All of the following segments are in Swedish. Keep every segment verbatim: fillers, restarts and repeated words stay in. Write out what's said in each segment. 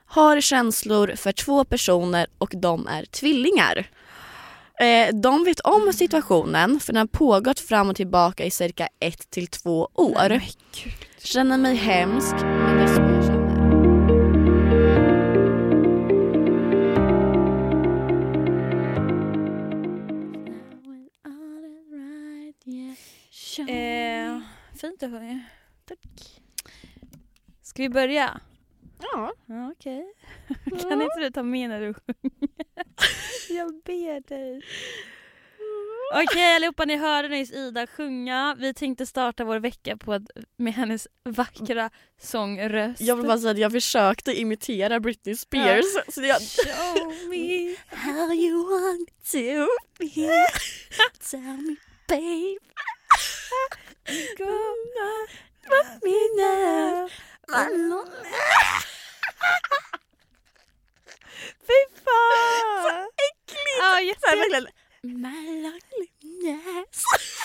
har känslor för två personer och de är tvillingar. Eh, de vet om situationen för den har pågått fram och tillbaka i cirka ett till två år. Nej, känner mig hemsk, men det är så jag känner. Eh, fint att höra. Tack. Ska vi börja? Ja. Ja, okej. Okay. Kan inte du ta med när du sjunger? Jag ber dig. Okej, okay, allihopa, ni hörde nyss Ida sjunga. Vi tänkte starta vår vecka på ett, med hennes vackra sångröst. Jag vill bara säga att jag försökte imitera Britney Spears. Ja. Så jag... Show me how you want to be. Tell me, babe. Gonna let me know. Fy fan! Så äckligt! Ja, jätte... My loneliness.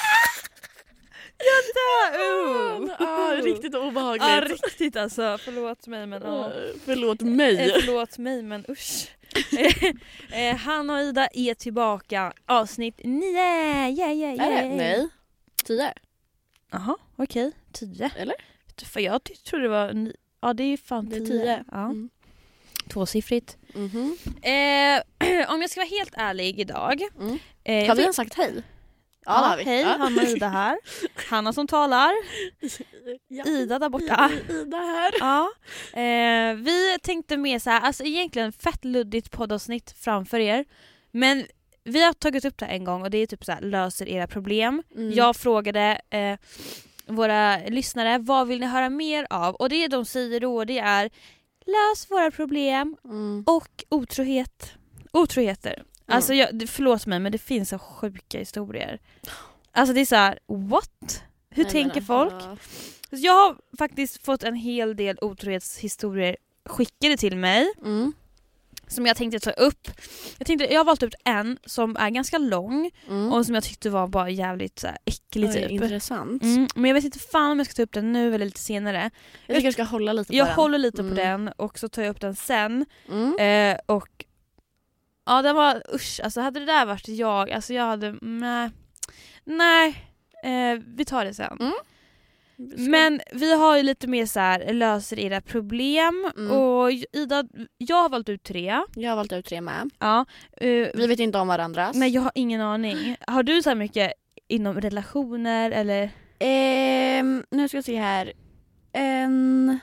Jag dör! Uh. Ah, riktigt obehagligt. Ja, riktigt alltså. Förlåt mig, men... Uh. Förlåt mig. Eh, förlåt mig, men usch. eh, han och Ida är tillbaka. Avsnitt nio. Yeah, yeah, yeah. Är det? Nej. Tio. Jaha, okej. Okay. Tio. Eller? För jag trodde det var... Ni- ja, det är ju fan det är tio. tio. Ja. Mm. Tvåsiffrigt. Mm-hmm. Eh, om jag ska vara helt ärlig idag. Mm. Eh, har vi ens sagt hej? Ja, ja har vi. Hej, ja. Hanna och Ida här. Hanna som talar. Ja. Ida där borta. Ida här. Ja. Eh, vi tänkte med så här, alltså egentligen fett luddigt poddavsnitt framför er. Men vi har tagit upp det en gång och det är typ så här, löser era problem. Mm. Jag frågade eh, våra lyssnare, vad vill ni höra mer av? Och det de säger då, det är lös våra problem mm. och otrohet. Otroheter. Mm. Alltså jag, förlåt mig, men det finns så sjuka historier. Alltså det är så här, what? Hur Nej, tänker men, folk? ja. Jag har faktiskt fått en hel del otrohetshistorier skickade till mig. Mm. Som jag tänkte ta upp. Jag tänkte jag har valt ut en som är ganska lång Mm. och som jag tyckte var bara jävligt så här, äcklig typ. Intressant. Mm, men jag vet inte fan om jag ska ta upp den nu eller lite senare. Jag tycker jag ska hålla lite på jag den. Jag håller lite mm. på den och så tar jag upp den sen. Mm. Eh, och ja, den var usch. Alltså hade det där varit jag, alltså jag hade nej. Nej. Eh, vi tar det sen. Mm. Men vi har ju lite mer så här, löser era problem. Mm. Och Ida, jag har valt ut tre. Jag har valt ut tre med. Ja. Uh, Vi vet inte om varandras. Nej, jag har ingen aning. Har du så här mycket inom relationer eller? Ehm, nu ska jag se här. En,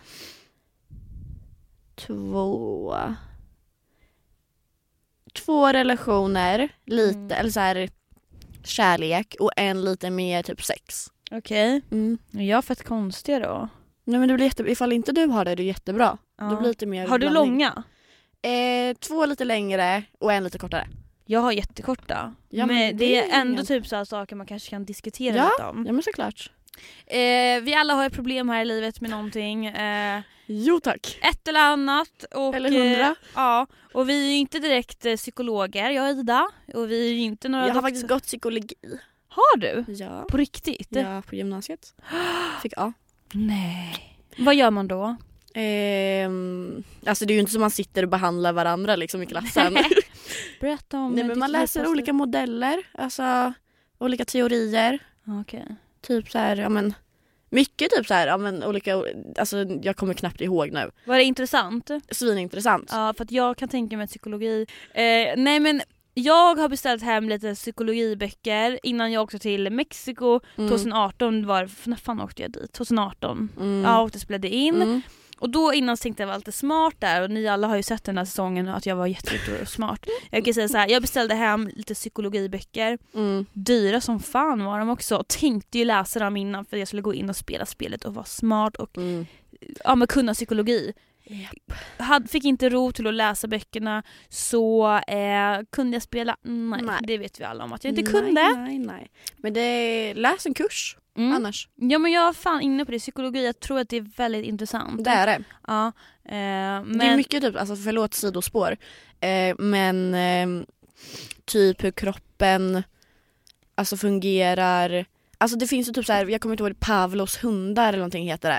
två, två relationer, lite Mm. eller så här kärlek och en lite mer typ sex. Okej. Okay. Mm. Jag är fett konstiga då. Nej, men det blir jätte, ifall inte du har det, det är jättebra. Ja. Det blir lite mer har du blandning. långa? Eh, två lite längre och en lite kortare. Jag har jättekorta. Ja, men, men det, det är är ändå ingen... typ så här saker man kanske kan diskutera Ja, lite om. ja men såklart. Eh, vi alla har ett problem här i livet med någonting. Eh, Jo tack. ett eller annat. Och, Eller hundra. Eh, ja, och vi är ju inte direkt eh, psykologer, jag och Ida. Och vi är ju inte några... Jag har doktor- faktiskt gått psykologi. Har du? Ja. På riktigt? Ja, på gymnasiet. Fick A. Nej. Vad gör man då? Ehm, alltså det är ju inte som man sitter och behandlar varandra liksom i klassen. Berätta om... Nej, men man läser olika modeller, alltså olika teorier. Okej. Okay. Typ så här, ja men mycket typ så här, ja men olika, alltså jag kommer knappt ihåg nu. Var det intressant? Svinintressant. Ja, för att jag kan tänka mig psykologi. Eh, nej men jag har beställt hem lite psykologiböcker innan jag åkte till Mexiko Mm. tjugoarton. Var, när fan åkte jag dit? tjugoarton. Mm. Jag åkte och spelade in. Mm. Och då innan tänkte jag vara lite smart där. Och ni alla har ju sett den här säsongen att jag var jättesmart. Jag kan säga så här, jag beställde hem lite psykologiböcker. Mm. Dyra som fan var de också. Och tänkte ju läsa dem innan för jag skulle gå in och spela spelet och vara smart och Mm. ja, men kunna psykologi. Yep. Had, fick inte ro till att läsa böckerna, så eh, kunde jag spela? Nej, Nej, det vet vi alla om att jag inte nej, kunde. Nej, nej. Men det, läs en kurs Mm. annars. Ja, men jag är fan inne på det. Psykologi, jag tror att det är väldigt intressant. Det är det. Ja, eh, men... Det är mycket typ, alltså förlåt sidospår. Eh, men eh, typ hur kroppen alltså fungerar. Alltså det finns ju typ så här, jag kommer inte ihåg, Pavlos hundar eller någonting heter det.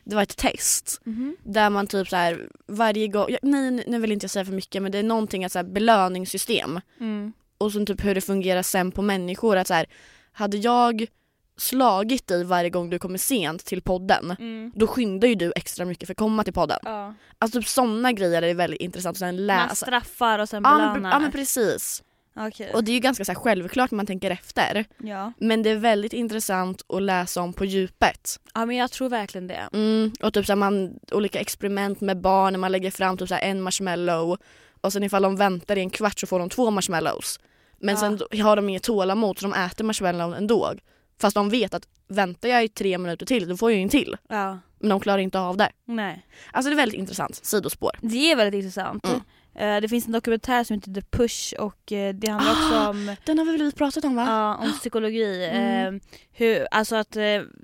det var ett test Mm-hmm. där man typ så här varje gång, ja, nej nu vill inte jag säga för mycket, men det är någonting att så här belöningssystem Mm. och så typ hur det fungerar sen på människor, att så här, hade jag slagit dig varje gång du kommer sent till podden, Mm. då skyndar ju du extra mycket för att komma till podden. Ja. Alltså typ sådana grejer är väldigt intressant att sen läsa. Man straffar och sen Ja belönar. men, ja men precis. Okej. Och det är ju ganska så här självklart när man tänker efter. Ja. Men det är väldigt intressant att läsa om på djupet. ja, men jag tror verkligen det. Mm, och typ så här, man, olika experiment med barn när man lägger fram typ så här en marshmallow och sen ifall de väntar i en kvart så får de två marshmallows. Men Ja. sen har de inget tålamod så de äter marshmallowen ändå. Fast de vet att väntar jag i tre minuter till då får jag ju en till. Ja. Men de klarar inte av det. Nej. Alltså det är väldigt intressant, sidospår. Det är väldigt intressant. Mm. Eh, det finns en dokumentär som heter The Push och eh, det handlar också Ah, om Den har vi väl pratat om va? Ja, om psykologi. Mm. Eh, hur, alltså att eh,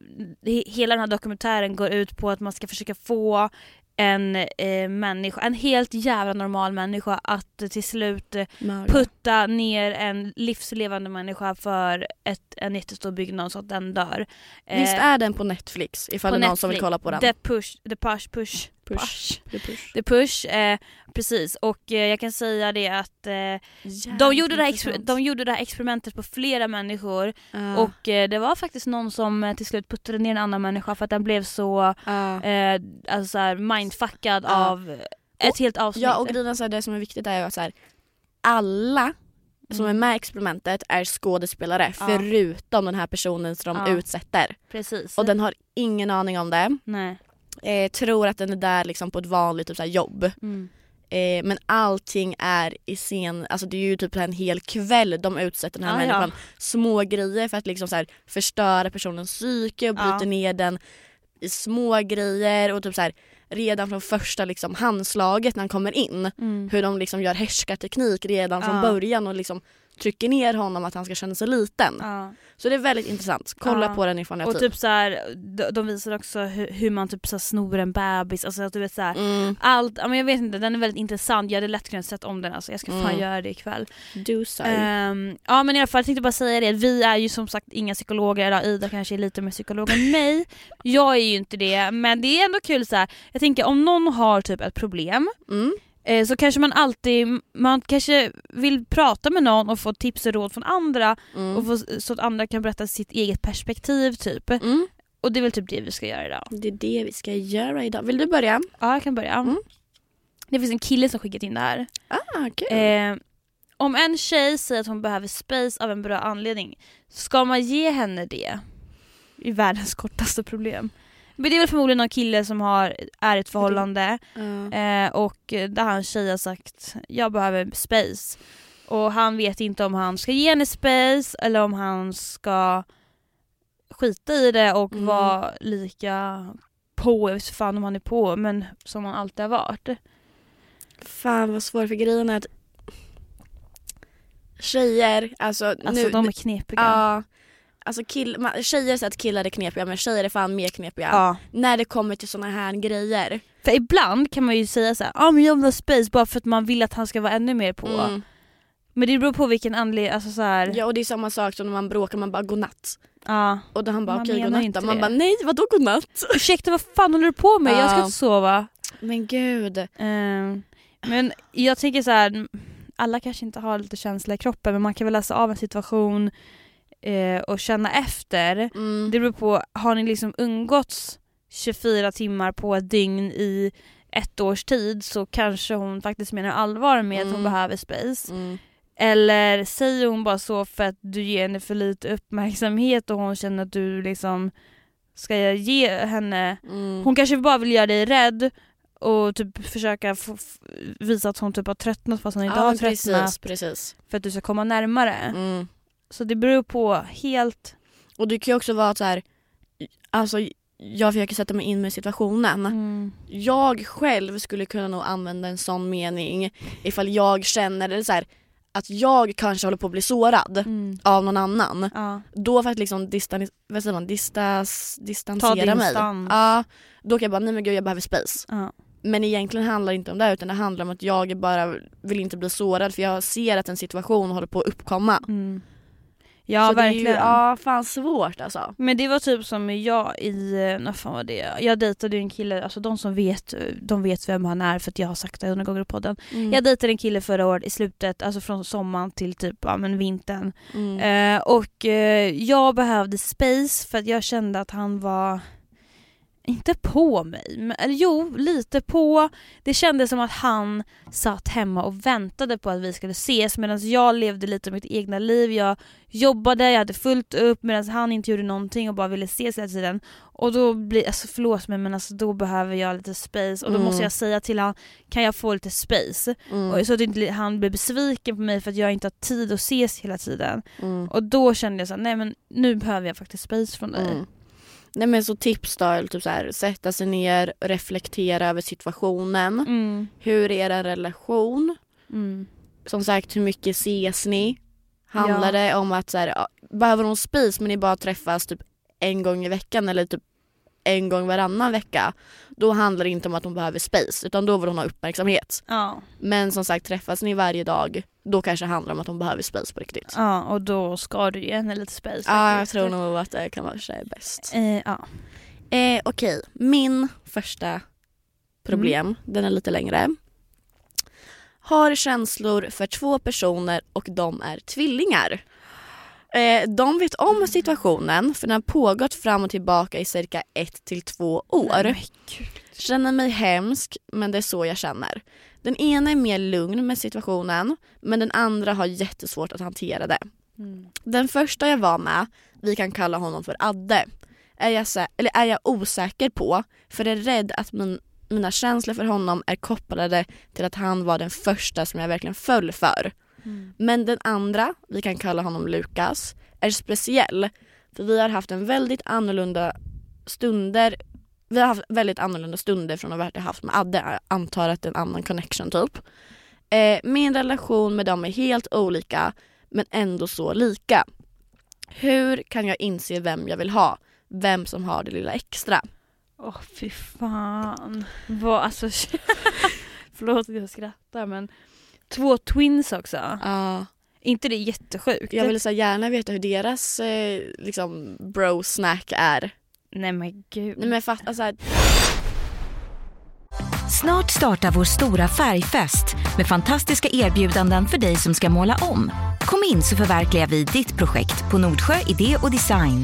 he- hela den här dokumentären går ut på att man ska försöka få en eh, människa, en helt jävla normal människa att eh, till slut eh, Mörda. putta ner en livslevande människa för ett, en jättestor byggnad så att den dör. Eh, Visst är den på Netflix ifall på det är någon som vill Netflix. kolla på den? The Push, The Push, Push. Push. The push. The Push, eh, precis. Och eh, jag kan säga det att eh, de, gjorde det här exper- de gjorde det här experimentet på flera människor. uh, Och eh, det var faktiskt någon som eh, till slut puttade ner en annan människa för att den blev så uh. eh, alltså så här mindfuckad Ja. av ett Och- helt avsnitt. Ja, och grejen, så här, det som är viktigt är ju att så här, alla som är Mm. med i experimentet är skådespelare Ja. förutom den här personen som de Ja. utsätter. Precis. Och den har ingen aning om det. Nej. Eh, tror att den är där liksom på ett vanligt typ, så här, jobb. Mm. Eh, men allting är i scen, alltså det är ju typ en hel kväll de utsätter den här Ja, ja. människan. Små grejer för att liksom så här, förstöra personens psyke och bryta Ja. ner den i små grejer och typ så här, redan från första liksom, handslaget när han kommer in. Mm. Hur de liksom gör härskarteknik redan från Ja. början och liksom trycker ner honom att han ska känna sig liten. Ja. Så det är väldigt intressant. Kolla Ja. på den ifall ni har Och tid. typ så här, de, de visar också hur, hur man typ så här snor en bebis, alltså att du vet så här, Mm. allt, ja, men jag vet inte, den är väldigt intressant. Jag hade lätt kunnat sätta om den, alltså jag ska fan Mm. göra det ikväll. Do so. Um, ja men i alla fall, jag tänkte bara säga det, vi är ju som sagt inga psykologer idag. Ida kanske är lite mer psykolog än mig. Jag är ju inte det, men det är ändå kul så här. Jag tänker om någon har typ ett problem Mm. eh, så kanske man alltid, man kanske vill prata med någon och få tips och råd från andra Mm. och få, så att andra kan berätta sitt eget perspektiv typ. Mm. Och det är väl typ det vi ska göra idag. Det är det vi ska göra idag. Vill du börja? Ja, jag kan börja. Mm. Det finns en kille som skickat in det här. Ah, kul. Eh, om en tjej säger att hon behöver space av en bra anledning, ska man ge henne det? I världens kortaste problem. Men det är väl förmodligen någon kille som har, är i ett förhållande Uh. eh, och där hans tjej har sagt jag behöver space. Och han vet inte om han ska ge henne space eller om han ska skita i det och Mm. vara lika på, jag vet inte fan om han är på, men som han alltid har varit. Fan vad svårt, för grejen är att tjejer, alltså, Alltså nu, de är knepiga. ja, alltså kill, man, tjejer säger att killar är knepiga, men tjejer är fan mer knepiga. Ja. När det kommer till såna här grejer. För ibland kan man ju säga så här, ja ah, men jag vill ha space bara för att man vill att han ska vara ännu mer på. Mm. Men det beror på vilken anledning, alltså så här. Ja, och det är samma sak som när man bråkar, man bara godnatt. Ja. Och då han bara Man okej menar godnatt inte då. Man det. bara nej, vadå godnatt? Ursäkta, vad fan håller du på med? Jag ska Ja. inte sova. Men gud. Ehm, men jag tänker så här, alla kanske inte har lite känsla i kroppen, men man kan väl läsa av en situation eh, och känna efter. Mm. Det beror på, har ni liksom umgåtts tjugofyra timmar på ett dygn i ett års tid, så kanske hon faktiskt menar allvar med att hon Mm. behöver space. Mm. Eller säger hon bara så för att du ger henne för lite uppmärksamhet och hon känner att du liksom ska ge henne. Mm. Hon kanske bara vill göra dig rädd och typ försöka få, f- visa att hon typ har tröttnat fast hon inte Ja, har precis, tröttnat precis. för att du ska komma närmare. Mm. Så det beror på helt. Och det kan ju också vara så här, alltså jag försöker sätta mig in med situationen. Mm. Jag själv skulle kunna nog använda en sån mening ifall jag känner eller så här, att jag kanske håller på att bli sårad Mm. av någon annan. Ja. Då för att liksom distan, vad säger man, distas, Ta distansera din mig. stans. Ja, då kan jag bara, nej men gud jag behöver space. Ja. Men egentligen handlar det inte om det, utan det handlar om att jag bara vill inte bli sårad för jag ser att en situation håller på att uppkomma. Mm. Ja, så verkligen. Det är ju, ja, fan svårt alltså. Men det var typ som jag i, när fan var det? Jag dejtade en kille, alltså de som vet, de vet vem han är för att jag har sagt det hundra gånger i podden. Mm. Jag dejtade en kille förra året i slutet, alltså från sommaren till typ, ja men vintern. Mm. Eh, och eh, jag behövde space för att jag kände att han var inte på mig, men, eller jo, lite på. Det kändes som att han satt hemma och väntade på att vi skulle ses medan jag levde lite mitt egna liv. Jag jobbade, jag hade fullt upp medan han inte gjorde någonting och bara ville ses hela tiden. Och då blir, alltså förlåt mig men alltså då behöver jag lite space och då mm. måste jag säga till han, kan jag få lite space? Mm. Och så att inte han blir besviken på mig för att jag inte har tid att ses hela tiden. Mm. Och då kände jag så här, nej men nu behöver jag faktiskt space från dig. Mm. Nej men så tips då, typ så här, sätta sig ner, reflektera över situationen. Mm. Hur är er relation? Mm. Som sagt, hur mycket ses ni? Handlar ja. det om att så här, ja, behöver hon space men ni bara träffas typ en gång i veckan eller typ en gång varannan vecka, då handlar det inte om att hon behöver space utan då vill hon ha uppmärksamhet. Ja. Men som sagt, träffas ni varje dag, då kanske det handlar om att hon behöver space på riktigt. Ja, och då ska du ge henne lite space. Ja, jag tror nog att det kan vara sig bäst. Eh, ja. Eh, Okej, okay. Min första problem, mm. den är lite längre. Har känslor för två personer och de är tvillingar. Eh, de vet om situationen för den har pågått fram och tillbaka i cirka ett till två år. Nej, känner mig hemsk, men det är så jag känner. Den ena är mer lugn med situationen, men den andra har jättesvårt att hantera det. Mm. Den första jag var med, vi kan kalla honom för Adde, är jag, sä- eller är jag osäker på, för jag är rädd att min, mina känslor för honom är kopplade till att han var den första som jag verkligen föll för. Mm. Men den andra, vi kan kalla honom Lukas, är speciell för vi har haft en väldigt annorlunda stunder. Vi har haft väldigt annorlunda stunder från vad jag haft med Adde. Jag antar att det är en annan connection typ. Eh, min relation med dem är helt olika men ändå så lika. Hur kan jag inse vem jag vill ha? Vem som har det lilla extra? Åh oh, fy fan. Vad, alltså, förlåt att jag skrattar men två twins också. Ja. Inte det jättesjukt? Jag vill så gärna veta hur deras eh, liksom bro snack är. Nej men gud. Nej men fatt, alltså här... Snart startar vår stora färgfest med fantastiska erbjudanden för dig som ska måla om. Kom in så förverkligar vi ditt projekt på Nordsjö Idé och Design.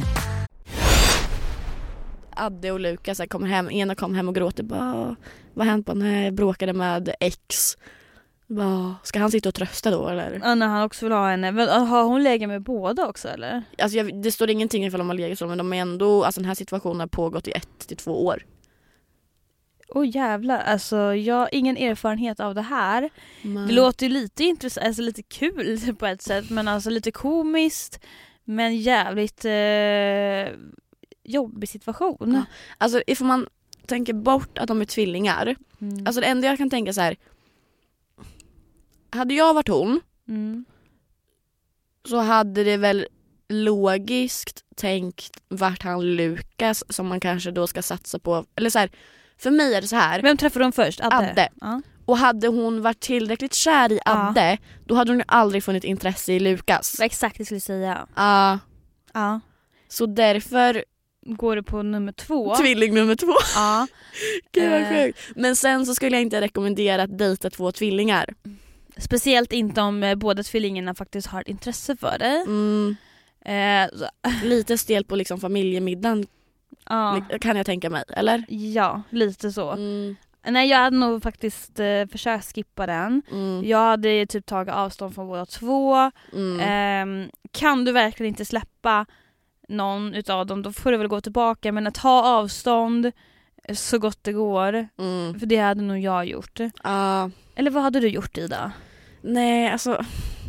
Adde och Lukas kommer hem, ena kom hem och gråter bara, vad hänt på när jag bråkade med ex? Bara, ska han sitta och trösta då eller? Ja, när han också vill ha henne. Men har hon legat med båda också eller? Alltså jag, det står ingenting ifall de har legat så, men de är ändå, alltså den här situationen har pågått i ett till två år. Åh oh, jävlar, alltså jag har ingen erfarenhet av det här. Nej. Det låter ju lite intressant, alltså lite kul på ett sätt, men alltså lite komiskt, men jävligt eh, jobbig situation. Ja. Alltså ifall man tänker bort att de är tvillingar, mm. alltså det enda jag kan tänka så här, hade jag varit hon mm. så hade det väl logiskt tänkt vart han Lukas som man kanske då ska satsa på, eller så här, för mig är det så här. Vem träffade de först? Adde. Adde. Ja. Och hade hon varit tillräckligt kär i Adde, ja. då hade hon ju aldrig funnit intresse i Lukas. Exakt, det skulle jag säga. Ja. Ja. Så därför går det på nummer två. Tvilling nummer två. Ja. Gud vad sjukt. Men sen så skulle jag inte rekommendera att dejta två tvillingar. Speciellt inte om eh, båda tvillingarna faktiskt har ett intresse för dig. Mm. Eh, lite stel på liksom familjemiddagen ja. kan jag tänka mig, eller? Ja, lite så. Mm. Nej, jag hade nog faktiskt eh, försökt skippa den. Mm. Jag hade typ tagit avstånd från båda två. Mm. Eh, kan du verkligen inte släppa någon utav dem, då får du väl gå tillbaka. Men att ha avstånd så gott det går. Mm. För det hade nog jag gjort. Uh. Eller vad hade du gjort, Ida? Nej, alltså...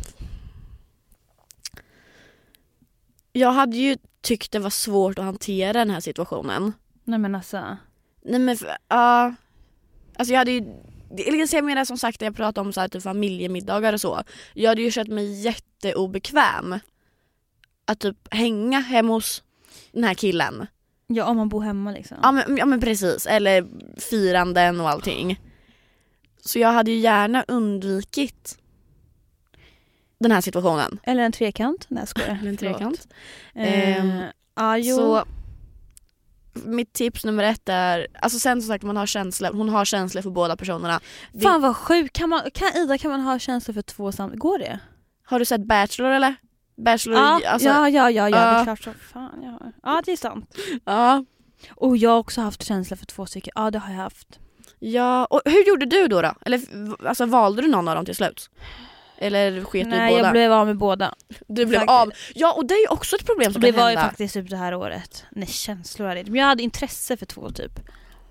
Jag hade ju tyckt det var svårt att hantera den här situationen. Nej men alltså... Nej men, ja... Uh, alltså jag hade ju... Eller jag menar som sagt när jag pratar om så här, typ familjemiddagar och så. Jag hade ju känt mig jätteobekväm att typ hänga hemma hos den här killen. Ja, om man bor hemma liksom. Ja men, ja, men precis. Eller firanden och allting. Så jag hade ju gärna undvikit. den här situationen. Eller en trekant. Nej, jag skojar. Eller en trekant. Eh, Ehm, ah, jo. Så mitt tips nummer ett är, alltså sen som sagt man har känslor, hon har känslor för båda personerna. Det, Fan vad sjukt, kan, man, kan Ida kan man ha känslor för två samtidigt? Går det? har du sett Bachelor eller? Bachelor, Ja, alltså, ja, ja, ja, ja, det ja. är klart så. Fan, jag har. Ja, det är sant. ja. Och jag har också haft känslor för två stycken. Ja, det har jag haft. Ja, och hur gjorde du då då? Eller alltså valde du någon av dem till slut? Eller sket du Nej, båda? jag blev av med båda. Du blev Faktiskt. av. Ja, och det är ju också ett problem som Det kan var ju hända. faktiskt typ det här året. Nej, känslor är det. Men jag hade intresse för två typ.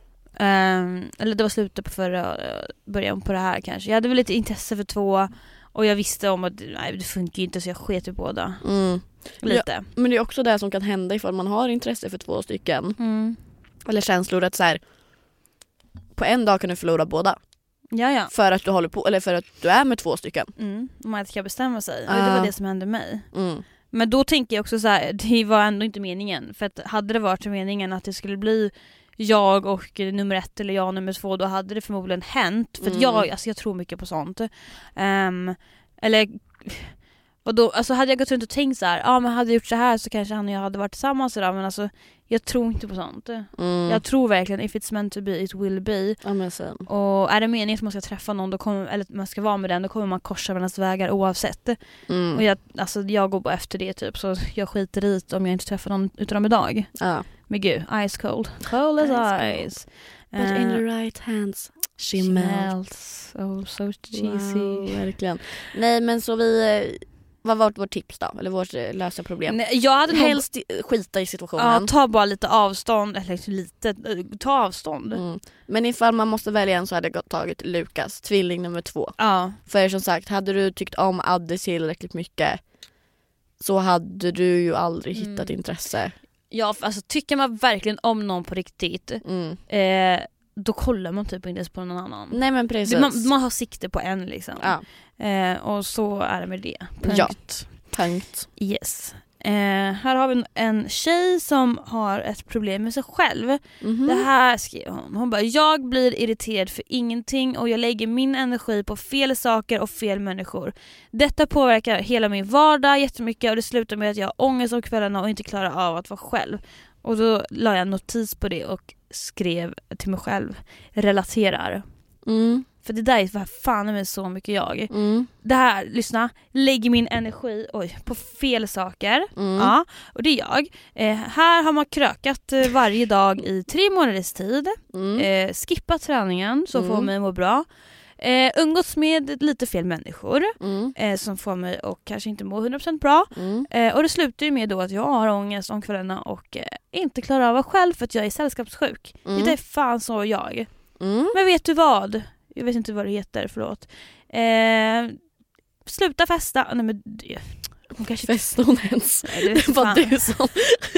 Um, eller det var slutet på förra, början på det här kanske. Jag hade väl lite intresse för två. Och jag visste om att nej, det funkar ju inte, så jag sket i båda. Mm. Lite. Ja, men det är också det som kan hända ifall man har intresse för två stycken. Mm. Eller känslor att så här, på en dag kan du förlora båda. Ja, ja. För att du håller på, eller för att du är med två stycken. Mm. Man inte kan bestämma sig. Ah. Och det var det som hände mig. Mm. Men då tänker jag också så här, det var ändå inte meningen. För att hade det varit meningen att det skulle bli jag och nummer ett eller jag och nummer två, då hade det förmodligen hänt. För att Mm. jag, alltså jag tror mycket på sånt. Um, eller... Och då, alltså hade jag gått runt och tänkt så här, ja men hade jag gjort så här så kanske han och jag hade varit tillsammans idag, men alltså jag tror inte på sånt. Mm. Jag tror verkligen if it's meant to be, it will be. Ja, men sen. Och är det meningen att man ska träffa någon, då kommer, eller att man ska vara med den, då kommer man korsa varandras vägar oavsett. Mm. Och jag, alltså jag går bara efter det typ, så jag skiter i om jag inte träffar någon utan dem idag. Ja. Men gud, ice cold. Cold as Ice ice. But Uh, in the right hands she, she melts. melts. Oh, so cheesy. Wow, verkligen. Nej, men så vi... eh, Vad var vårt tips då? Eller vårt eh, lösa problem? Nej, jag hade nog... Helst i- skita i situationen. Ja, ta bara lite avstånd, eller lite, eh, ta avstånd. Mm. Men ifall man måste välja en så hade jag gått- tagit Lukas, tvilling nummer två. Ja. För som sagt, hade du tyckt om Adde tillräckligt mycket så hade du ju aldrig Mm. hittat intresse. Ja, alltså tycker man verkligen om någon på riktigt, Mm. eh, då kollar man typ inte ens på någon annan. Nej, men precis. Man, man har sikte på en liksom. Ja. Eh, och så är det med det. Punkt. Ja. Punkt. Yes. Eh, här har vi en tjej som har ett problem med sig själv. Mhm. Det här skrev hon. Hon bara, jag blir irriterad för ingenting och jag lägger min energi på fel saker och fel människor. Detta påverkar hela min vardag jättemycket och det slutar med att jag har ångest om kvällarna och inte klarar av att vara själv. Och då la jag en notis på det och skrev till mig själv, relaterar. Mm. För det där är vad fan med så mycket jag. Mm. Det här, lyssna, lägger min energi oj, på fel saker. Mm. Ja, och det är jag. Eh, här har man krökat eh, varje dag i tre månaders tid. Mm. Eh, skippat träningen så Mm. får mig må bra. Eh, umgås med lite fel människor Mm. eh, som får mig att kanske inte må hundra procent bra. Mm. Eh, och det slutar ju med då att jag har ångest om kvällarna och eh, inte klarar av att vara själv för att jag är sällskapssjuk. Mm. Det är fan så jag. Mm. Men vet du vad? Jag vet inte vad det heter, förlåt. Eh, sluta festa. Nej, men hon kanske Fäste hon ens? Nej, det vet Det var fan. du som...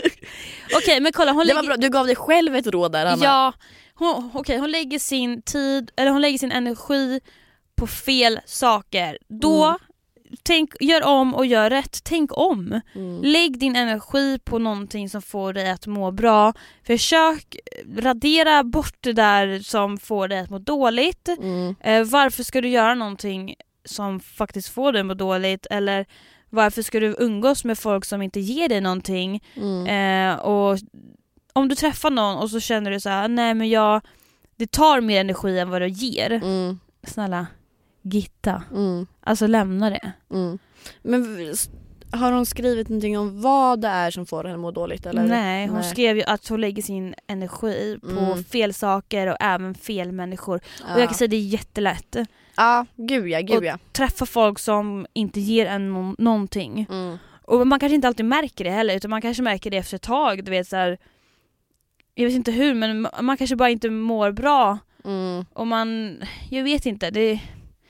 Okej, men kolla hon Det var lägger... bra, du gav dig själv ett råd där, Anna. Ja, hon, okej, hon lägger sin tid, eller hon lägger sin energi på fel saker. Då, Mm. tänk, gör om och gör rätt. Tänk om. Mm. Lägg din energi på någonting som får dig att må bra. Försök radera bort det där som får dig att må dåligt. Mm. Eh, varför ska du göra någonting som faktiskt får dig att må dåligt? Eller varför ska du umgås med folk som inte ger dig någonting? Mm. Eh, och om du träffar någon och så känner du så här, nej men jag, det tar mer energi än vad det ger. Mm. Snälla, gitta. Mm. Alltså lämna det. Mm. Men v- s- har hon skrivit någonting om vad det är som får henne att må dåligt? Eller? Nej, hon Nej. skrev ju att hon lägger sin energi på Mm. fel saker och även fel människor. Ja. Och jag kan säga det är jättelätt. Ja, gud ja, gud Och- ja. Träffa folk som inte ger en no- någonting. Mm. Och man kanske inte alltid märker det heller, utan man kanske märker det efter ett tag. Du vet, så här, jag vet inte hur, men ma- man kanske bara inte mår bra. Mm. Och man, jag vet inte, det,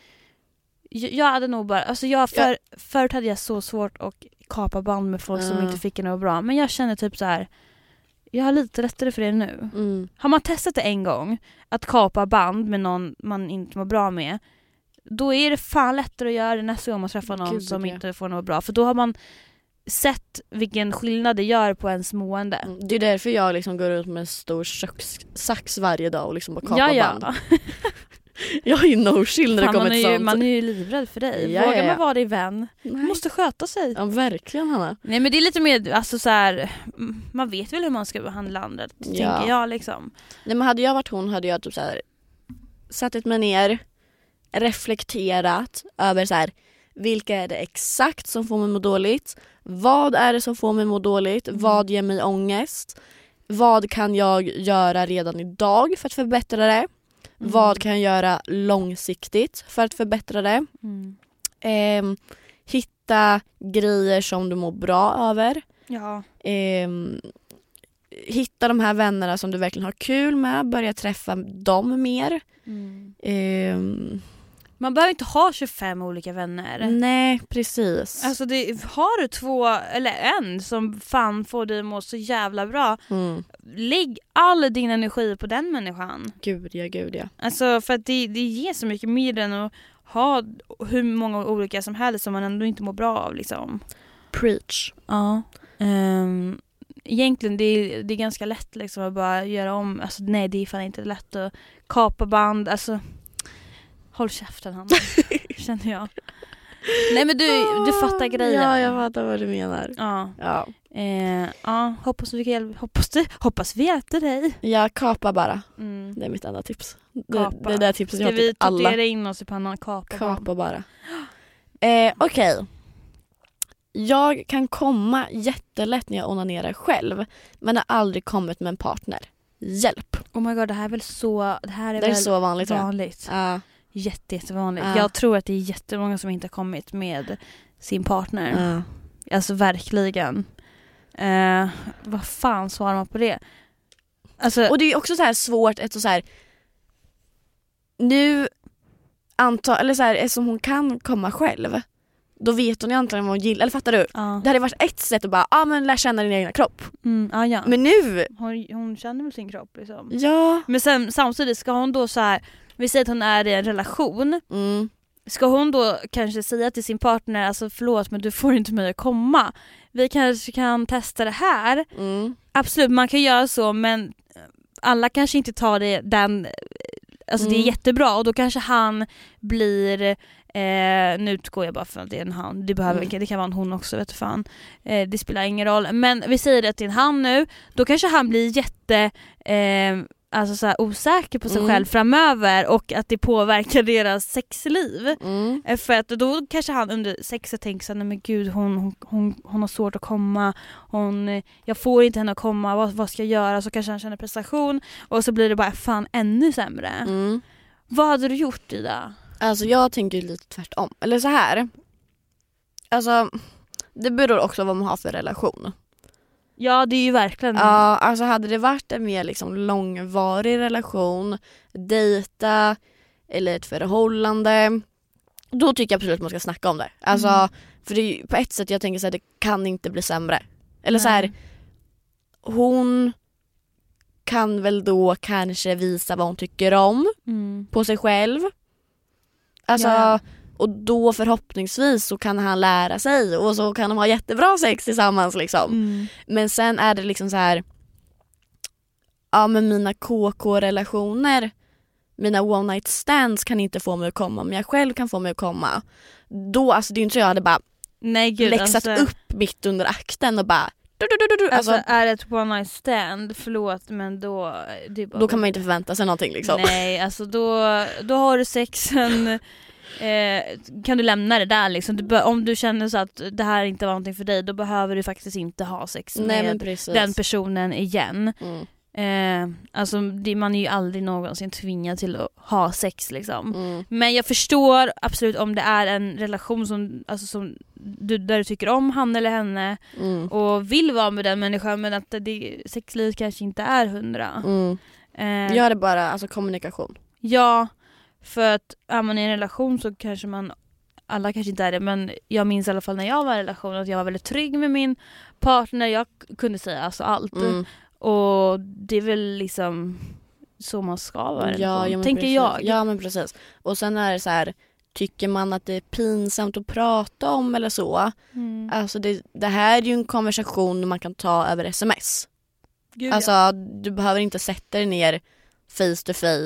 jag, jag hade nog bara, alltså jag, för, förut hade jag så svårt att kapa band med folk som Ja. inte fick en att må bra. Men jag känner typ så här, jag har lite lättare för det nu. Mm. Har man testat det en gång, att kapa band med någon man inte mår bra med, då är det fan lättare att göra det nästa gång man träffar någon Gud, som ja. inte får något bra. För då har man sett vilken skillnad det gör på ens mående. Mm. Det är därför jag liksom går ut med en stor kökssax varje dag och liksom bara kapar Ja, ja. band. Jag har ju no chill när det Fan, kommer man, är till ju, sånt. man är ju livrädd för dig. Ja, Vågar ja, ja. man vara din vän? Nej. Man måste sköta sig. Ja, verkligen, Hanna. Nej, men det är lite mer, alltså så här, man vet väl hur man ska behandla landet, Ja. tänker jag liksom. Nej, men hade jag varit hon hade jag typ så här satt mig ner, reflekterat över så här, vilka är det exakt som får mig må dåligt? Vad är det som får mig må dåligt? Mm. Vad ger mig ångest? Vad kan jag göra redan idag för att förbättra det? Mm. Vad kan jag göra långsiktigt för att förbättra det? Mm. Eh, hitta grejer som du mår bra över. Ja. Eh, hitta de här vännerna som du verkligen har kul med. Börja träffa dem mer. Mm. Eh, Man behöver inte ha tjugofem olika vänner. nej, precis. Alltså det, har du två eller en som fan får dig att må så jävla bra, Mm. lägg all din energi på den människan. Gud ja, gud ja. Alltså för att det, det ger så mycket mer än att ha hur många olika som helst som man ändå inte mår bra av liksom. Preach. Ja. Um, egentligen det är, det är ganska lätt liksom att bara göra om. Alltså nej, det är fan inte lätt att kapa band. Alltså håll käften, Hanna. Känner jag. Nej, men du, du fattar grejen. Ja, jag fattar vad du menar. Ja. Ja, Eh, ja, hoppas vi hjälp, hoppas du, hoppas vi hjälpte dig. jag kapar bara. Mm. Det är mitt enda tips. Det, Kapa. det är det tipset Ska jag har vi till alla. tatuera in oss i pannan? Kapa. Kapa bara. Eh, Okej. Jag kan komma jättelätt när jag onanerar själv, men har aldrig kommit med en partner. Hjälp. Oh my god, det här är väl så, det här är Det är väl så vanligt. tror jag. vanligt. Ja. Jätte, jättevanligt. Ja. Jag tror att det är jättemånga som inte har kommit med sin partner. Ja. Alltså verkligen. Eh, vad fan svarar man på det? Alltså, Och det är också så här svårt ett så här nu anta eller så här eftersom hon kan komma själv. Då vet hon ju antagligen vad hon gillar, eller fattar du? ja. Det hade varit ett sätt att bara ah, men lär känna din egna kropp. Mm, ja, ja. Men nu Hon, hon känner väl sin kropp liksom. ja. Men sen, samtidigt ska hon då så här, vi säger att hon är i en relation. Mm. Ska hon då kanske säga till sin partner, alltså förlåt men du får inte mig att komma. Vi kanske kan testa det här. Mm. Absolut, man kan göra så, men alla kanske inte tar det den, alltså Mm. det är jättebra och då kanske han blir eh, nu utgår jag bara för att det är en han, det behöver Mm. det kan vara en hon också, vet du fan. Eh, det spelar ingen roll, men vi säger det till en han nu, då kanske han blir jätte eh, alltså så här, osäker på sig Mm. själv framöver och att det påverkar deras sexliv. Mm. Eh, För att då kanske han under sexet tänker så här, nej men gud hon, hon, hon, hon har svårt att komma, hon, eh, jag får inte henne att komma, vad, vad ska jag göra? Så kanske han känner prestation och så blir det bara fan ännu sämre. Mm. Vad hade du gjort, Ida? Alltså jag tänker ju lite tvärtom. Eller så här. Alltså det beror också på vad man har för relation. Ja, det är ju verkligen... Ja, alltså hade det varit en mer liksom långvarig relation, dejta eller ett förhållande, då tycker jag absolut att man ska snacka om det. Alltså, Mm. för det är ju på ett sätt jag tänker så här, det kan inte bli sämre. Eller Nej. så här, hon kan väl då kanske visa vad hon tycker om Mm. på sig själv. Alltså, Ja. och då förhoppningsvis så kan han lära sig och så kan de ha jättebra sex tillsammans liksom. Mm. Men sen är det liksom så här, ja men mina K K-relationer, mina one night stands kan inte få mig att komma, men jag själv kan få mig att komma. Då, alltså det är ju inte så jag hade bara Nej gud, läxat alltså, upp mitt under akten och bara du, du, du, du, du. alltså, Alltså, är det ett one night stand, förlåt men då... Det är bara då kan man inte förvänta sig någonting liksom. Nej, alltså då, då har du sexen, eh, kan du lämna det där liksom. Du be- om du känner så att det här inte var någonting för dig, då behöver du faktiskt inte ha sex Nej, med men precis. den personen igen. Mm. Eh, alltså det, man är ju aldrig någonsin tvingad till att ha sex liksom. Mm. Men jag förstår absolut om det är en relation som, alltså som du, där du tycker om han eller henne Mm. och vill vara med den människan, men att det, sexlivet kanske inte är hundra. Mm. Eh, Gör det bara, alltså kommunikation. Ja, för att är man i en relation så kanske man, alla kanske inte är det, men jag minns i alla fall när jag var i en relation att jag var väldigt trygg med min partner. Jag k- kunde säga alltså allt. Mm. Och det är väl liksom så man ska vara i en Ja, relation, ja, men tänker precis. jag. Ja men precis. Och sen är det så här, tycker man att det är pinsamt att prata om eller så. Mm. Alltså det, det här är ju en konversation man kan ta över sms. Gud, Alltså ja. du behöver inte sätta dig ner face to face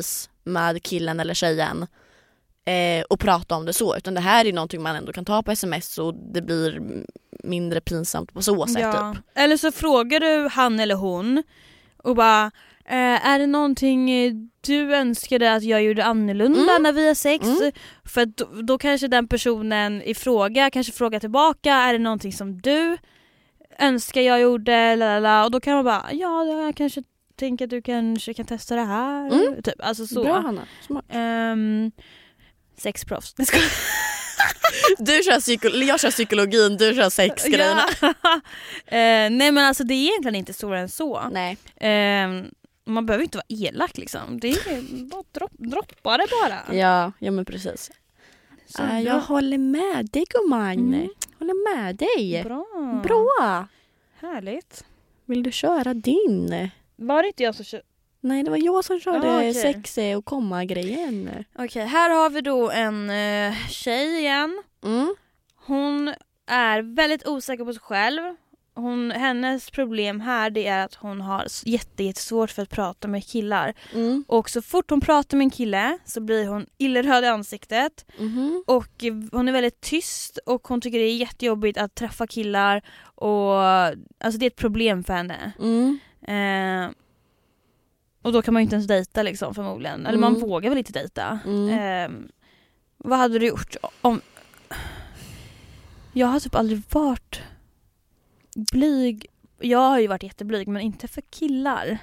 med killen eller tjejen eh, och prata om det så, utan det här är någonting man ändå kan ta på sms och det blir mindre pinsamt på så sätt ja. typ. Eller så frågar du han eller hon och bara eh, är det någonting du önskade att jag gjorde annorlunda mm. när vi har sex? Mm. För då, då kanske den personen i fråga kanske frågar tillbaka, är det någonting som du önskar jag gjorde? Lalala. Och då kan man bara, ja jag kanske tänker att du kanske kan testa det här. Mm. Typ. Alltså så. Bra Hanna, smart. Um, sexproffs. Du kör psyko- jag kör psykologin, du kör sexgrejerna. Ja. uh, nej men alltså det är egentligen inte svårare än så. Nej. Uh, man behöver inte vara elak liksom. Det är bara dropp, droppa det bara. Ja, ja men precis. Uh, jag håller med dig gumman. Mm. Håller med dig. Bra. Bra. Härligt. Vill du köra din? Var det inte jag som körde? Nej, det var jag som körde ah, okay. sex och komma-grejen. Okej, okay, här har vi då en uh, tjej igen. Mm. Hon är väldigt osäker på sig själv. Hon, hennes problem här det är att hon har jätte, jättesvårt för att prata med killar. Mm. Och så fort hon pratar med en kille så blir hon illerhörd i ansiktet. Mm. Och hon är väldigt tyst och hon tycker det är jättejobbigt att träffa killar. Och alltså det är ett problem för henne. Mm. Eh, och då kan man ju inte ens dejta liksom förmodligen. Eller Mm. man vågar väl inte dejta. Mm. Eh, vad hade du gjort om... Jag har typ aldrig varit blyg. Jag har ju varit jätteblyg men inte för killar.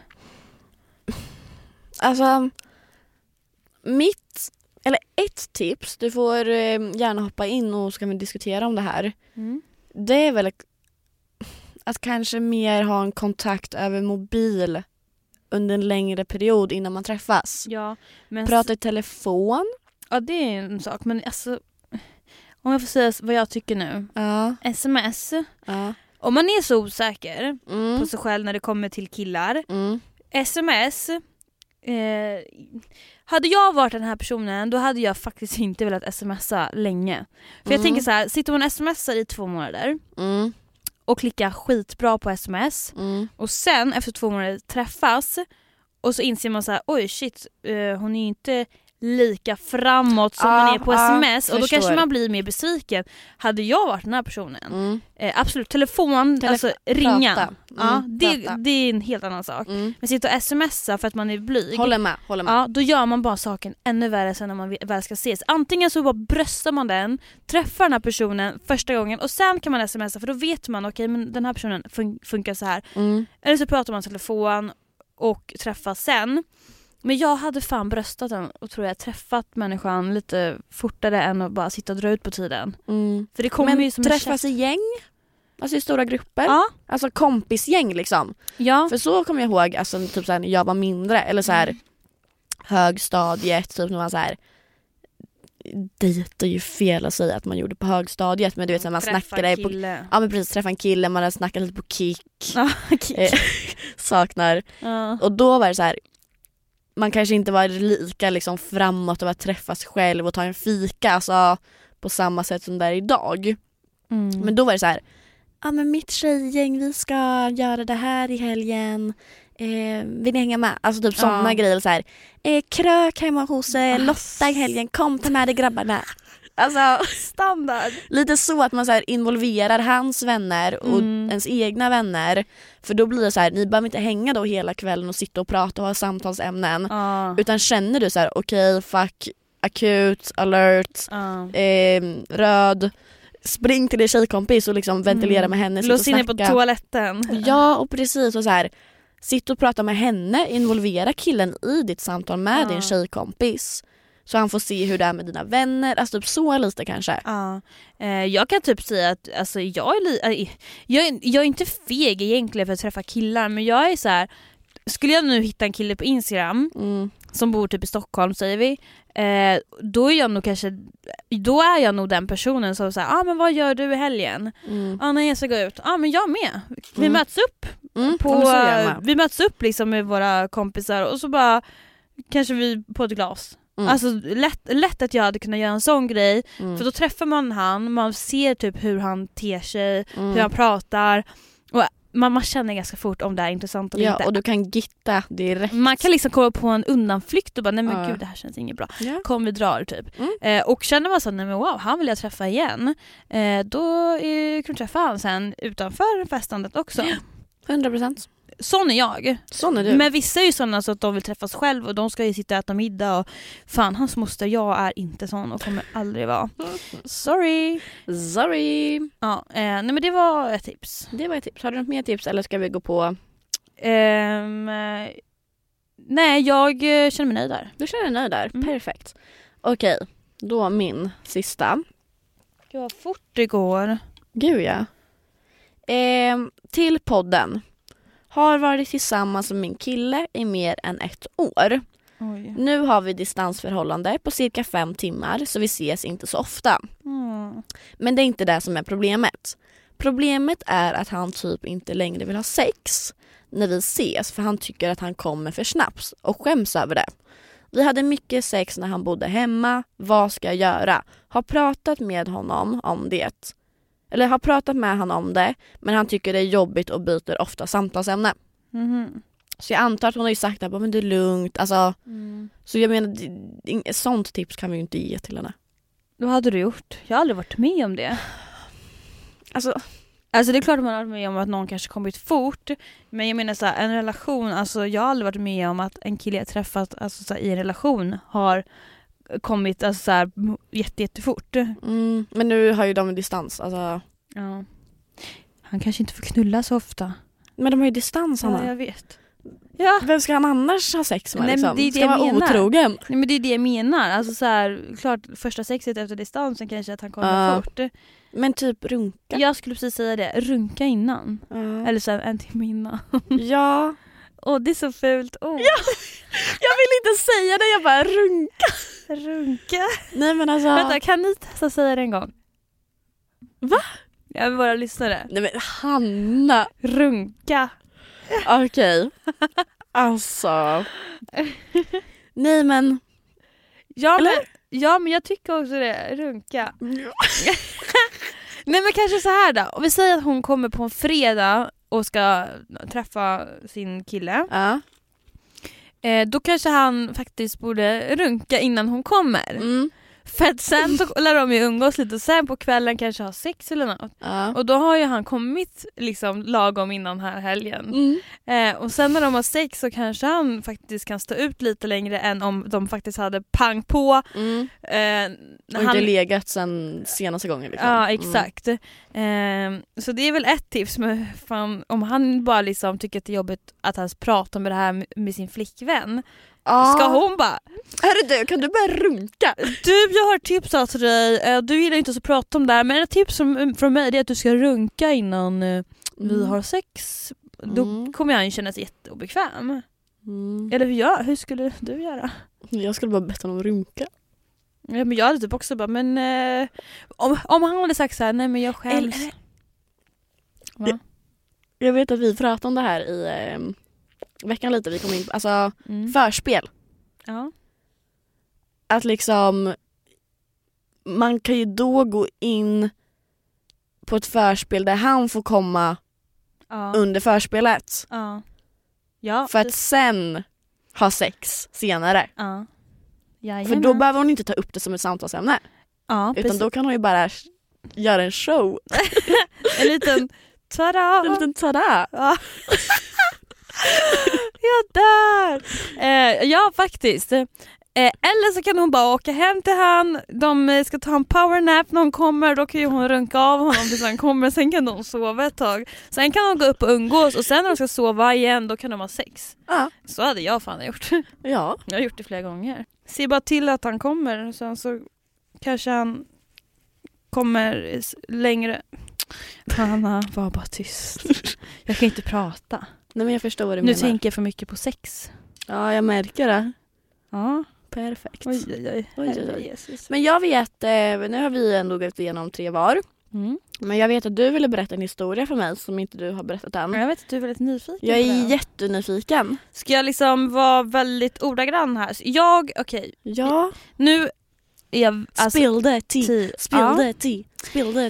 Alltså mitt eller ett tips, du får eh, gärna hoppa in och så kan vi diskutera om det här. Mm. Det är väl att kanske mer ha en kontakt över mobil under en längre period innan man träffas. Ja, men prata i telefon. Ja, det är en sak men alltså om jag får säga vad jag tycker nu. Ja. Sms. Ja. Om man är så osäker Mm. på sig själv när det kommer till killar. Mm. Sms. Eh, hade jag varit den här personen då hade jag faktiskt inte velat smsa länge. För jag Mm. tänker så här, sitter man smsar i två månader Mm. och klickar skitbra på sms Mm. och sen efter två månader träffas och så inser man så här, oj shit, eh, hon är ju inte lika framåt som ah, man är på ah, sms och då förstår. kanske man blir mer besviken. Hade jag varit den här personen Mm. eh, absolut, telefon, Telef- alltså ringa prata. Mm, ja, det, prata. det är en helt annan sak. Mm. Men sitta och smsa för att man är blyg, Håller med, håller med. ja, då gör man bara saken ännu värre sen när man väl ska ses. Antingen så bara bröstar man den, träffar den här personen första gången och sen kan man smsa för då vet man okej, okay, men den här personen fun- funkar så här. Mm. Eller så pratar man telefon och träffas sen. Men jag hade fan bröstat den och tror jag träffat människan lite fortare än att bara sitta och dra ut på tiden. Mm. För det kommer Men ju som träffas i gäng? Alltså i stora grupper? Ja. Alltså kompisgäng liksom. Ja. För så kommer jag ihåg alltså, typ såhär, när jag var mindre. Eller så här Mm. högstadiet. Typ när man så här. Det är ju fel att säga att man gjorde på högstadiet. Men du vet så här, man Träffa snackade på, kille. ja men precis, träffa en kille. Man hade snackat lite på kick. Ja, eh, saknar. ja. Och då var det så här. Man kanske inte var lika liksom framåt av att träffas själv och ta en fika alltså, på samma sätt som det är idag. Mm. Men då var det så här, ja ah, men mitt tjejgäng, vi ska göra det här i helgen. Eh, vill ni hänga med? Alltså typ sådana Ja. grejer så här. Eh, krök hemma hos eh, Ah. Lotta i helgen. Kom ta med dig grabbarna. Alltså Standard. lite så att man så här involverar hans vänner och Mm. ens egna vänner. För då blir det så här, ni behöver inte hänga då hela kvällen och sitta och prata och ha samtalsämnen. Ja. Utan känner du så här, okej, okay, fuck, akut, alert, Ja. eh, röd, spring till din tjejkompis och liksom ventilera Mm. med henne. Lås in på toaletten. Ja, och precis. Och så här, sitt och prata med henne, involvera killen i ditt samtal med Ja. din tjejkompis. Så han får se hur det är med dina vänner. Alltså typ så lite kanske. Ja. Eh, jag kan typ säga att alltså, jag, är li- äh, jag, är, jag är inte feg egentligen för att träffa killar. Men jag är så här. Skulle jag nu hitta en kille på Instagram Mm. som bor typ i Stockholm säger vi, eh, då är jag nog kanske då är jag nog den personen som säger, ah men vad gör du i helgen? Mm. Ja, ah, när jag ska gå ut. Ja ah, men jag med. Vi Mm. möts upp Mm. på Ja, men så gör jag med. vi möts upp liksom med våra kompisar och så bara kanske vi på ett glas. Mm. Alltså lätt, lätt att jag hade kunnat göra en sån grej. Mm. För då träffar man han, man ser typ hur han ter sig, Mm. hur han pratar. Och man, man känner ganska fort om det är intressant eller Ja, inte. och du kan gitta direkt. Man kan liksom komma på en undanflykt och bara, nej men Ja. gud, det här känns inget bra. Ja. Kom vi drar typ. Mm. Eh, och känner man så, nej men wow, han vill jag träffa igen. Eh, då eh, kan du träffa han sen utanför festandet också. Ja. hundra procent. Sån är jag. Sån är du. Men vissa är ju sådana så att de vill träffas själv och de ska ju sitta och äta middag och fan, hans moster, jag är inte sån och kommer aldrig vara. Sorry. Sorry. Ja, eh, nej men det var ett tips. Det var ett tips. Har du något mer tips eller ska vi gå på? Ehm, eh, nej, jag eh, känner mig nöjd där. Du känner dig nöjd där. Mm. Perfekt. Okej, då min sista. Gud vad fort det går. Gud ja. Ehm, till podden. Har varit tillsammans med min kille i mer än ett år. Oj. Nu har vi distansförhållande på cirka fem timmar så vi ses inte så ofta. Mm. Men det är inte det som är problemet. Problemet är att han typ inte längre vill ha sex när vi ses för han tycker att han kommer för snabbt och skäms över det. Vi hade mycket sex när han bodde hemma. Vad ska jag göra? Har pratat med honom om det. Eller har pratat med honom om det men han tycker det är jobbigt och byter ofta samtalsämne. Mm. Så jag antar att hon har ju sagt att men det är lugnt. Alltså, Mm. så jag menar, det- sånt tips kan vi ju inte ge till henne. Vad hade du gjort? Jag har aldrig varit med om det. Alltså, Alltså det är klart att man har varit med om att någon kanske kommit fort. Men jag menar så här, en relation, alltså jag har aldrig varit med om att en kille jag träffat alltså så här, i en relation har kommit alltså så här, jätte, jättefort. mm, men nu har ju de distans. Alltså. Ja. Han kanske inte får knulla så ofta. Men de har ju distans, Hanna. Ja, jag vet. Ja. Vem ska han annars ha sex med? Nej, men liksom? det är det Ska jag han vara menar. otrogen? Nej, men det är det jag menar. Alltså så här, klart första sexet efter distansen kanske att han kommer Ja. fort. Men typ runka. Jag skulle precis säga det. Runka innan. Ja. Eller så här, en timme innan. ja. Åh, det är så fult. Oh. Ja. Jag vill inte säga det, jag bara runka. Runka. Nej men alltså. Vänta, kan ni testa säga det en gång? Va? Jag vill bara lyssnare. Nej men Hanna. Runka. Okej. Alltså. Nej men. Ja men, Eller? ja men jag tycker också det. Runka. Nej men kanske så här då. Om vi säger att hon kommer på en fredag och ska träffa sin kille. Ja. Eh, då kanske han faktiskt borde runka innan hon kommer. Mm. För att sen så lär de ju umgås lite och sen på kvällen kanske ha sex eller något. Ja. Och då har ju han kommit liksom lagom innan här helgen. Mm. Eh, och sen när de har sex så kanske han faktiskt kan stå ut lite längre än om de faktiskt hade pang på. Mm. Eh, när Och han... inte legat sen senaste gången liksom. Ja, exakt. Mm. Eh, så det är väl ett tips. Men fan, om han bara liksom tycker att det är jobbigt att han pratar med det här med, med sin flickvän. Ah. Ska hon bara... Hörru du, kan du börja runka? Du, jag har tips här till dig. Eh, du gillar inte så att prata om det här. Men ett tips från, från mig är att du ska runka innan eh, vi Mm. har sex. Då Mm. kommer han ju känna sig jätteobekväm. Mm. Eller hur, jag, hur skulle du göra? Jag skulle bara bett honom runka. Ja, men jag hade typ också bara, men eh, om, om han hade sagt så här, nej men jag skäms. Eller- Va? Jag vet att vi pratade om det här i eh, veckan lite. Vi kom in på, alltså Mm. förspel. Ja. Att liksom man kan ju då gå in på ett förspel där han får komma Ja. under förspelet. Ja. Ja. För att sen ha sex senare. Ja. För då behöver hon inte ta upp det som ett samtalsämne. ja, Utan precis. då kan hon ju bara göra en show. En liten tada! En liten tada. Ja. Jag dör! Eh, ja, faktiskt. Eh, eller så kan hon bara åka hem till han. De ska ta en powernap när hon kommer. Då kan ju hon runka av honom tills han kommer. Sen kan de sova ett tag. Sen kan de gå upp och umgås. Och sen när de ska sova igen, då kan de ha sex. Ja. Så hade jag fan gjort. Ja. Jag har gjort det flera gånger. Se bara till att han kommer. Sen så kanske han kommer s- längre. Hanna, var bara tyst. Jag kan inte prata. Nej men jag förstår vad du Nu menar. tänker jag för mycket på sex. Ja, jag märker det. Ja. Perfekt. Oj, oj, oj. Oj, oj, oj. Herre Jesus. Men jag vet, eh, nu har vi ändå gått igenom tre var. Mm. Men jag vet att du ville berätta en historia för mig som inte du har berättat än. Jag vet att du är väldigt nyfiken Jag på är det. jättenyfiken. Ska jag liksom vara väldigt ordagrann här? Så jag, okej. Ja. Nu är jag... Alltså, Spill the tea. ti- Spill ja. the tea. Spill the tea.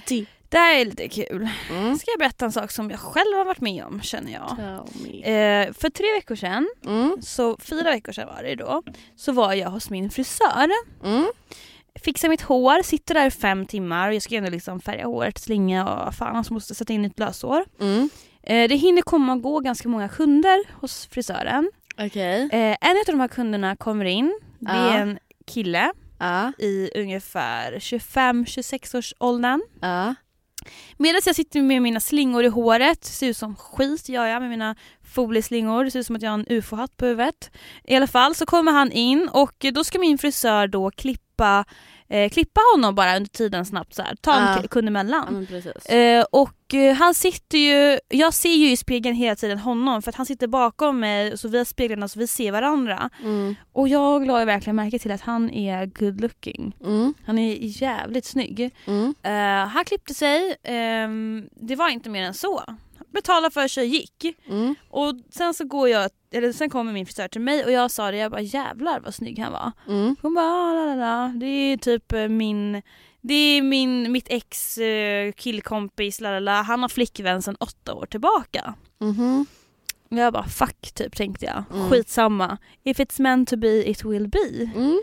Det här är lite kul. Mm. Ska jag berätta en sak som jag själv har varit med om, känner jag. Tell me. Eh, för tre veckor sedan, Mm. så fyra veckor sedan var det då, så var jag hos min frisör. Mm. Fixar mitt hår, sitter där i fem timmar och jag ska ändå liksom färga håret, slinga och fan, så måste jag sätta in ett löshår. Mm. Eh, det hinner komma och gå ganska många kunder hos frisören. Okej. Eh, en av de här kunderna kommer in, det Ja. är en kille Ja. i ungefär tjugofem till tjugosex års åldern. Ja. Medan jag sitter med mina slingor i håret, ser ut som skit gör jag med mina folieslingor, det ser ut som att jag har en U F O-hatt på huvudet. I alla fall så kommer han in och då ska min frisör då klippa eh, klippa honom bara under tiden snabbt så här. Ta en Ja. k- kund emellan. Ja, men precis. Eh, och eh, han sitter ju, jag ser ju i spegeln hela tiden honom för att han sitter bakom mig så vi har speglarna så vi ser varandra. Mm. Och jag la ju verkligen märke till att han är good looking. Mm. Han är jävligt snygg. Mm. Eh, han klippte sig, ehm, det var inte mer än så. Betala för sig gick. Mm. Och sen så går jag, eller sen kommer min frisör till mig och jag sa det, jag bara jävlar vad snygg han var. Mm. Hon bara ah, la, la, la. Det är typ eh, min det är min mitt ex eh, killkompis la, la, la. Han har flickvän sedan åtta år tillbaka. Mhm. Och jag bara fuck typ tänkte jag. Mm. Skitsamma. If it's meant to be it will be. Mm.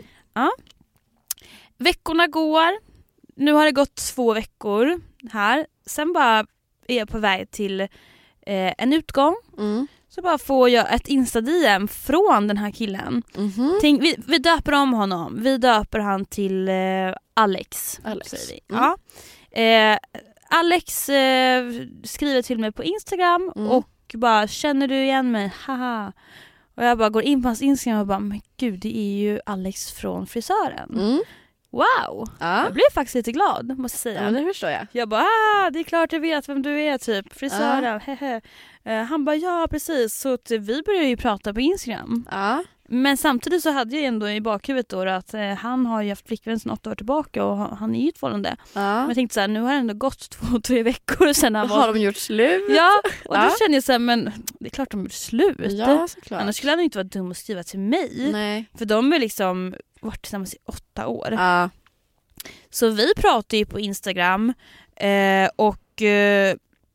Veckorna går. Nu har det gått två veckor här. Sen bara är jag på väg till eh, en utgång. Mm. Så bara får jag ett Insta-D M från den här killen. Mhm. Tänk, vi, vi döper om honom. Vi döper han till eh, Alex. Alex. Säger vi. Mm. Ja. Eh, Alex eh, skriver till mig på Instagram Mm. och bara känner du igen mig? Haha. Och jag bara går in på hans Instagram och bara men gud det är ju Alex från frisören. Mm. Wow. Ja. Jag blev faktiskt lite glad måste jag säga. Ja, det förstår jag. Jag bara ah, det är klart jag vet vem du är typ. Frisören. hehe. Eh, han bara ja precis. Så att vi började ju prata på Instagram. Ja. Men samtidigt så hade jag ändå i bakhuvudet då att eh, han har ju haft flickvän sedan åtta år tillbaka och han, han är ju ett förhållande. Men Ja. jag tänkte så här, nu har det ändå gått två, tre veckor sedan han var... Har de gjort slut? Ja, och då Ja. kände jag så här, men det är klart de har gjort slut. Ja, såklart. Annars skulle han inte vara dum att skriva till mig. Nej. För de är liksom varit tillsammans i åtta år. Ja. Så vi pratar ju på Instagram eh, och eh,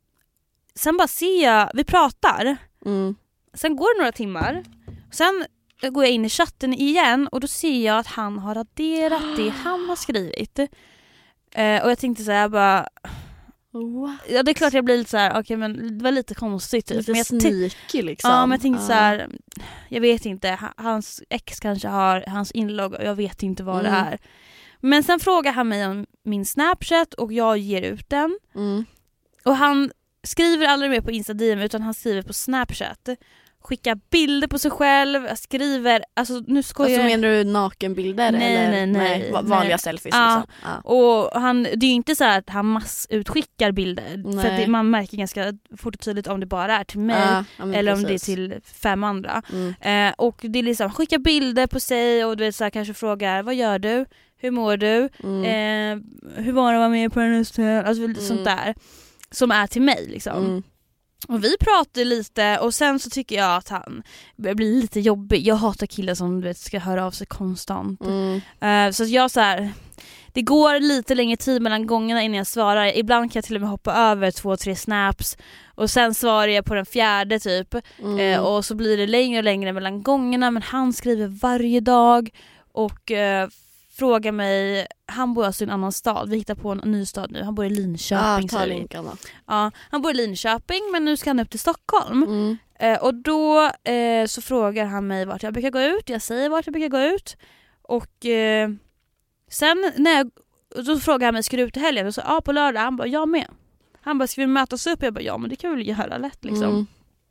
sen bara ser jag, vi pratar. Mm. Sen går det några timmar. Sen går jag in i chatten igen och då ser jag att han har raderat det han har skrivit. Eh, och jag tänkte så här, jag bara... What? Ja, det är klart jag blir lite så här, okej okay, men det var lite konstigt. Typ. Lite Men jag ty- sneaky liksom. Ja, men jag tänkte Ja. så här, jag vet inte, ha- hans ex kanske har hans inlogg och jag vet inte vad Mm. det är. Men sen frågar han mig om min Snapchat och jag ger ut den. Mm. Och han skriver aldrig mer på Insta-D M utan han skriver på Snapchat. Skickar bilder på sig själv, jag skriver, alltså nu skojar Alltså, jag. menar du nakenbilder? Nej, eller? nej, nej, va- Vanliga nej. selfies Ja. liksom. Ja. Och han, det är ju inte så här att han massutskickar bilder. Nej. För att det, man märker ganska fort och tydligt om det bara är till mig. Ja, ja, men eller om det är precis. till fem andra. Mm. Eh, och det är liksom skicka bilder på sig och du vet, så här, kanske frågar vad gör du? Hur mår du? Mm. Eh, hur var det att vara med på den här? Alltså Mm. sånt där. Som är till mig liksom. Mm. Och vi pratar lite och sen så tycker jag att han börjar bli lite jobbig. Jag hatar killar som du vet, ska höra av sig konstant. Mm. Eh, så att jag så här, det går lite längre tid mellan gångerna innan jag svarar. Ibland kan jag till och med hoppa över två, tre snaps och sen svarar jag på den fjärde typ. Mm. Eh, och så blir det längre och längre mellan gångerna, men han skriver varje dag och eh, frågar mig, han bor alltså i en annan stad, vi hittar på en ny stad nu, han bor i Linköping. Ja, ta säger vi. länkarna. Ja, han bor i Linköping men nu ska han upp till Stockholm. Mm. Eh, och då eh, så frågar han mig vart jag brukar gå ut, jag säger vart jag brukar gå ut. Och eh, sen när jag, då frågar han mig, ska du ut i helgen? Och så ja, på lördag. Han bara, jag med. Han bara, ska vi mötas upp? Jag bara, ja men det kan vi väl göra lätt liksom. Mm.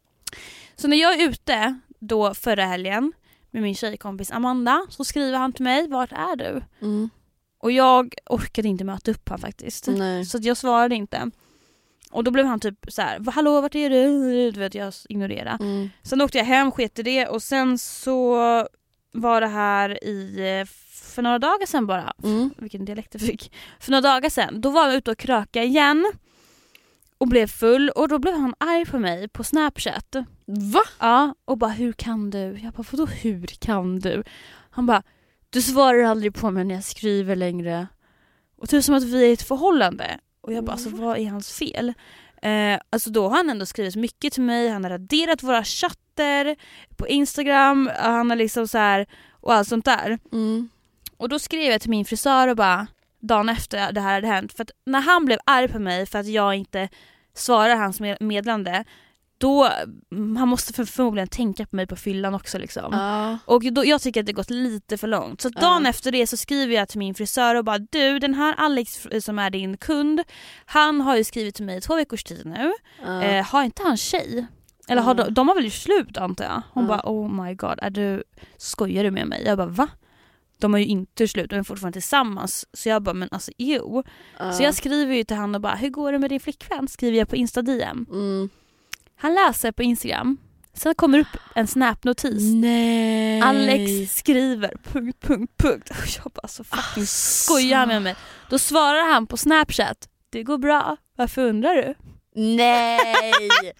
Så när jag är ute då förra helgen med min tjejkompis Amanda så skriver han till mig, vart är du? Mm. Och jag orkade inte möta upp han faktiskt. Nej. Så att jag svarade inte. Och då blev han typ så här, hallå vart är du? Du vet, jag ignorerade. Mm. Sen åkte jag hem, sket i det och sen så var det här i för några dagar sedan bara. Mm. Vilken dialekt jag fick. För några dagar sedan, då var jag ute och kröka igen och blev full och då blev han arg på mig på Snapchat. Va? Ja, och bara hur kan du? Jag bara vadå hur kan du? Han bara du svarar aldrig på mig när jag skriver längre. Och typ som att vi är i ett förhållande. Och jag bara, alltså vad är hans fel? Eh, alltså då har han ändå skrivit mycket till mig. Han har raderat våra chatter på Instagram. Han har liksom så här, och allt sånt där. Mm. Och då skrev jag till min frisör och bara, dagen efter det här hade hänt. För att när han blev arg på mig för att jag inte svarar hans meddelande, då han måste för, förmodligen tänka på mig på fyllan också liksom. Uh. Och då, jag tycker att det gått lite för långt. Så dagen uh. efter det så skriver jag till min frisör och bara, du, den här Alex som är din kund, han har ju skrivit till mig i två veckors tid nu. Uh. Eh, har inte han tjej? Eller har uh. de, de har väl gjort slut, antar jag. Hon uh. bara, oh my god, är du, skojar du med mig? Jag bara, va? De har ju inte slut, de är fortfarande tillsammans. Så jag bara, men alltså jo. Uh. Så jag skriver ju till han och bara, hur går det med din flickvän? Skriver jag på Insta-D M. Mm. Han läser på Instagram. Sen kommer upp en snap-notis. Nej. Alex skriver punkt, punkt, punkt. Och jag bara, så fucking skojar med mig. Då svarar han på Snapchat, det går bra. Varför undrar du? Nej.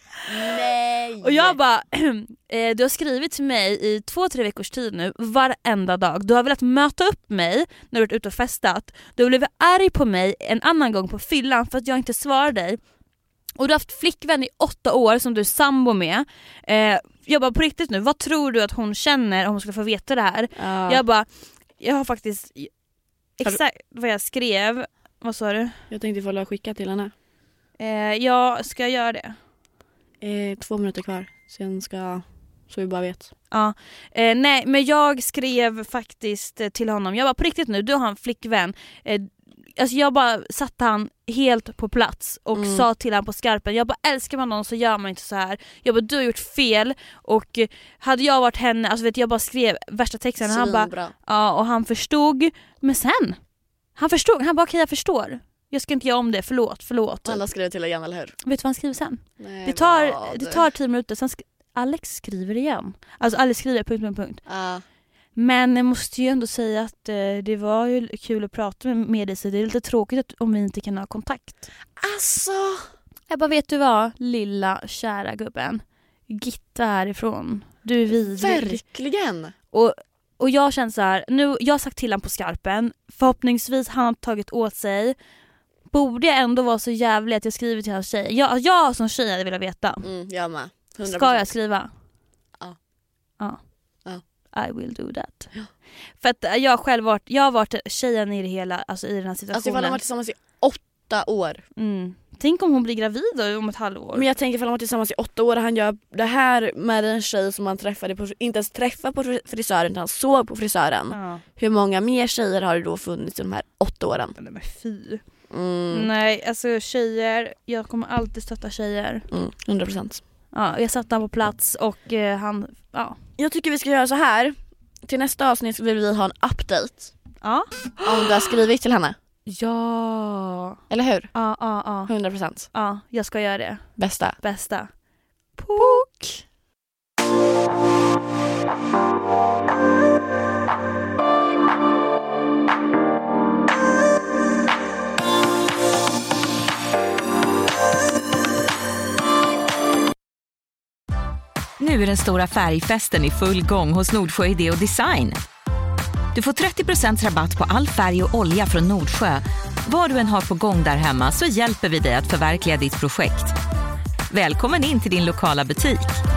Nej. Och jag bara, eh, du har skrivit till mig i två, tre veckors tid nu, varenda dag. Du har velat möta upp mig när du har varit ute och festat. Du har blivit arg på mig en annan gång på fyllan för att jag inte svarar dig. Och du har haft flickvän i åtta år som du är sambo med. Eh, jag bara, på riktigt nu, vad tror du att hon känner om hon skulle få veta det här? Uh. Jag bara, jag har faktiskt exakt vad jag skrev. Vad sa du? Jag tänkte ifall jag skicka till henne. Eh, jag ska göra det. Eh, två minuter kvar. Sen ska, så vi bara vet. Ja, eh, nej, men jag skrev faktiskt till honom. Jag bara, på riktigt nu, du har en flickvän. Eh, Alltså jag bara satte han helt på plats och mm. sa till han på skarpen, jag bara, älskar man någon så gör man inte så här. Jag bara, du har gjort fel. Och hade jag varit henne, alltså vet jag bara skrev värsta texten och han bara, ja, och han förstod. Men sen han förstod, han bara, okej okay, jag förstår. Jag ska inte göra om det, förlåt, förlåt. Alla skrev till igen, eller hur? Vet du vad han skriver sen? Nej, det tar det tar tio minuter, sen sk- Alex skriver igen. Alltså Alex skriver punkt, punkt, punkt. Uh. Men jag måste ju ändå säga att eh, det var ju kul att prata med, med dig, så det är lite tråkigt att, om vi inte kan ha kontakt. Alltså, jag bara, vet du vad, lilla kära gubben, gitta härifrån. Du är vidrig. Verkligen. Och, och jag känner så här, nu, jag har sagt till honom på skarpen, förhoppningsvis han har tagit åt sig. Borde jag ändå vara så jävlig att jag skriver till hans tjej? Jag, jag som tjej hade velat veta. Mm, jag med. hundra procent. Ska jag skriva? Ja. Ja. I will do that. Ja. För att jag själv varit, jag har varit tjejen i det hela, alltså i den här situationen. Alltså ifall de har varit tillsammans i åtta år. Mm. Tänk om hon blir gravid då, om ett halvår. Men jag tänker ifall de har varit tillsammans i åtta år och han gör det här med en tjej som han träffade på, inte ens träffade på frisören utan han såg på frisören. Ja. Hur många mer tjejer har det då funnits i de här åtta åren? Men fy. Mm. Nej, alltså tjejer, jag kommer alltid stötta tjejer. Mm, hundra procent. Ja, jag satt han på plats och eh, han, ja. Jag tycker vi ska göra så här. Till nästa avsnitt vill vi ha en update. Ja. Om du har skrivit till henne. Ja. Eller hur? Ja, ja, ja. hundra procent. Ja, jag ska göra det. Bästa. Bästa. Pok. Nu är den stora färgfesten i full gång hos Nordsjö Idé och Design. Du får trettio procent rabatt på all färg och olja från Nordsjö. Vad du än har på gång där hemma så hjälper vi dig att förverkliga ditt projekt. Välkommen in till din lokala butik.